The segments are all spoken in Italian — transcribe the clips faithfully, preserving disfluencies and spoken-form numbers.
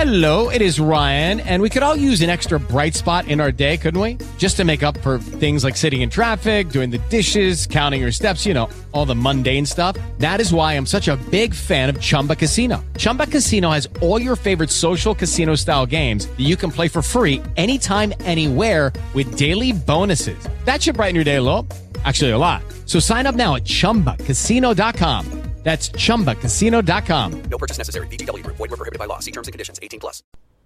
Hello, it is Ryan, and we could all use an extra bright spot in our day, couldn't we? Just to make up for things like sitting in traffic, doing the dishes, counting your steps, you know, all the mundane stuff. That is why I'm such a big fan of Chumba Casino. Chumba Casino has all your favorite social casino-style games that you can play for free anytime, anywhere with daily bonuses. That should brighten your day a little. Actually, a lot. So sign up now at chumba casino dot com. That's chumba casino dot com. No purchase necessary. V G W Group. Void where prohibited by law. See terms and conditions. eighteen plus.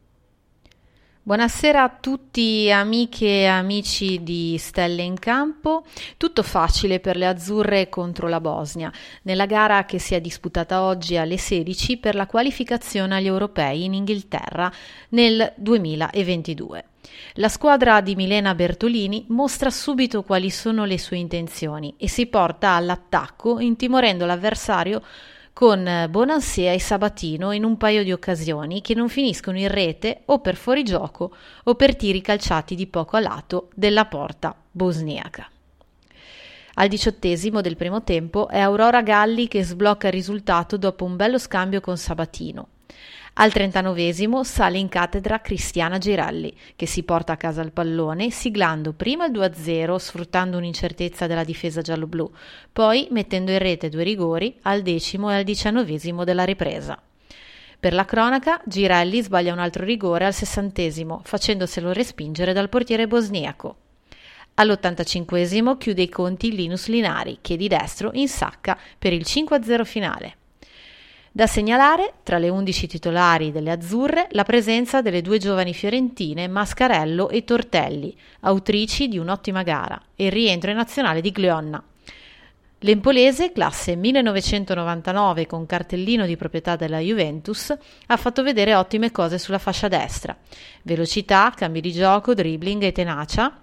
Buonasera a tutti amiche e amici di Stelle in Campo. Tutto facile per le azzurre contro la Bosnia, nella gara che si è disputata oggi alle sedici per la qualificazione agli europei in Inghilterra nel duemilaventidue. La squadra di Milena Bertolini mostra subito quali sono le sue intenzioni e si porta all'attacco intimorendo l'avversario con Bonansia e Sabatino in un paio di occasioni che non finiscono in rete o per fuorigioco o per tiri calciati di poco a lato della porta bosniaca. Al diciottesimo del primo tempo è Aurora Galli che sblocca il risultato dopo un bello scambio con Sabatino. Al trentanovesimo sale in cattedra Cristiana Giralli, che si porta a casa il pallone, siglando prima il due a zero sfruttando un'incertezza della difesa gialloblu, poi mettendo in rete due rigori al decimo e al diciannovesimo della ripresa. Per la cronaca, Giralli sbaglia un altro rigore al sessantesimo, facendoselo respingere dal portiere bosniaco. All'ottantacinquesimo chiude i conti Linus Linari, che di destro insacca per il cinque a zero finale. Da segnalare, tra le undici titolari delle azzurre, la presenza delle due giovani fiorentine Mascarello e Tortelli, autrici di un'ottima gara, e il rientro in nazionale di Glionna. L'Empolese, classe millenovecentonovantanove con cartellino di proprietà della Juventus, ha fatto vedere ottime cose sulla fascia destra. Velocità, cambi di gioco, dribbling e tenacia,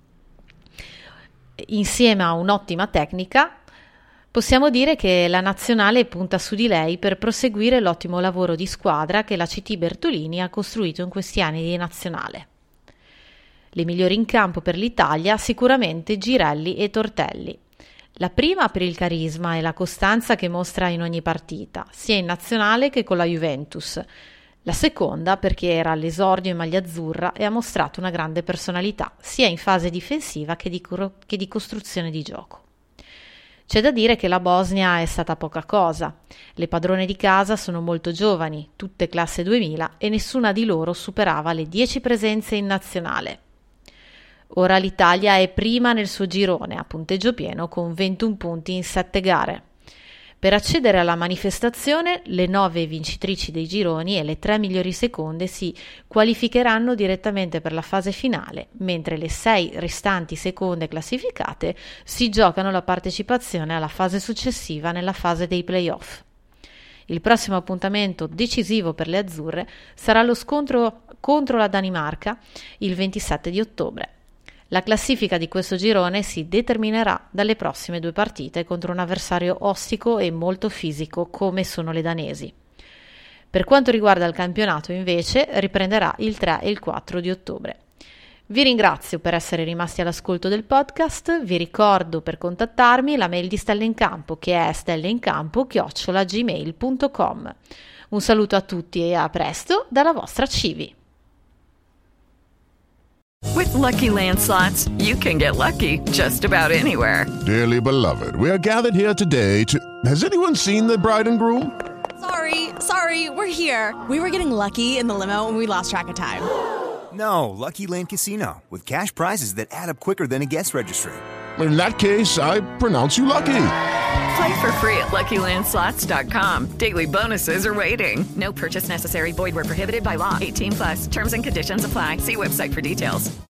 insieme a un'ottima tecnica. Possiamo dire che la nazionale punta su di lei per proseguire l'ottimo lavoro di squadra che la C T Bertolini ha costruito in questi anni di nazionale. Le migliori in campo per l'Italia sicuramente Girelli e Tortelli. La prima per il carisma e la costanza che mostra in ogni partita, sia in nazionale che con la Juventus. La seconda perché era all'esordio in maglia azzurra e ha mostrato una grande personalità, sia in fase difensiva che di, cro- che di costruzione di gioco. C'è da dire che la Bosnia è stata poca cosa. Le padrone di casa sono molto giovani, tutte classe duemila, e nessuna di loro superava le dieci presenze in nazionale. Ora l'Italia è prima nel suo girone, a punteggio pieno, con ventuno punti in sette gare. Per accedere alla manifestazione, le nove vincitrici dei gironi e le tre migliori seconde si qualificheranno direttamente per la fase finale, mentre le sei restanti seconde classificate si giocano la partecipazione alla fase successiva nella fase dei play-off. Il prossimo appuntamento decisivo per le azzurre sarà lo scontro contro la Danimarca il ventisette di ottobre. La classifica di questo girone si determinerà dalle prossime due partite contro un avversario ostico e molto fisico come sono le danesi. Per quanto riguarda il campionato invece riprenderà il tre e il quattro di ottobre. Vi ringrazio per essere rimasti all'ascolto del podcast, vi ricordo per contattarmi la mail di Stelle in Campo che è stelleincampo chiocciola gmail punto com. Un saluto a tutti e a presto dalla vostra Civi. With Lucky Land Slots, you can get lucky just about anywhere. Dearly beloved, we are gathered here today to... Has anyone seen the bride and groom? Sorry, sorry, we're here. We were getting lucky in the limo and we lost track of time. No, Lucky Land Casino, with cash prizes that add up quicker than a guest registry. In that case, I pronounce you lucky. Play for free at lucky land slots dot com. Daily bonuses are waiting. No purchase necessary. Void where prohibited by law. eighteen plus. Terms and conditions apply. See website for details.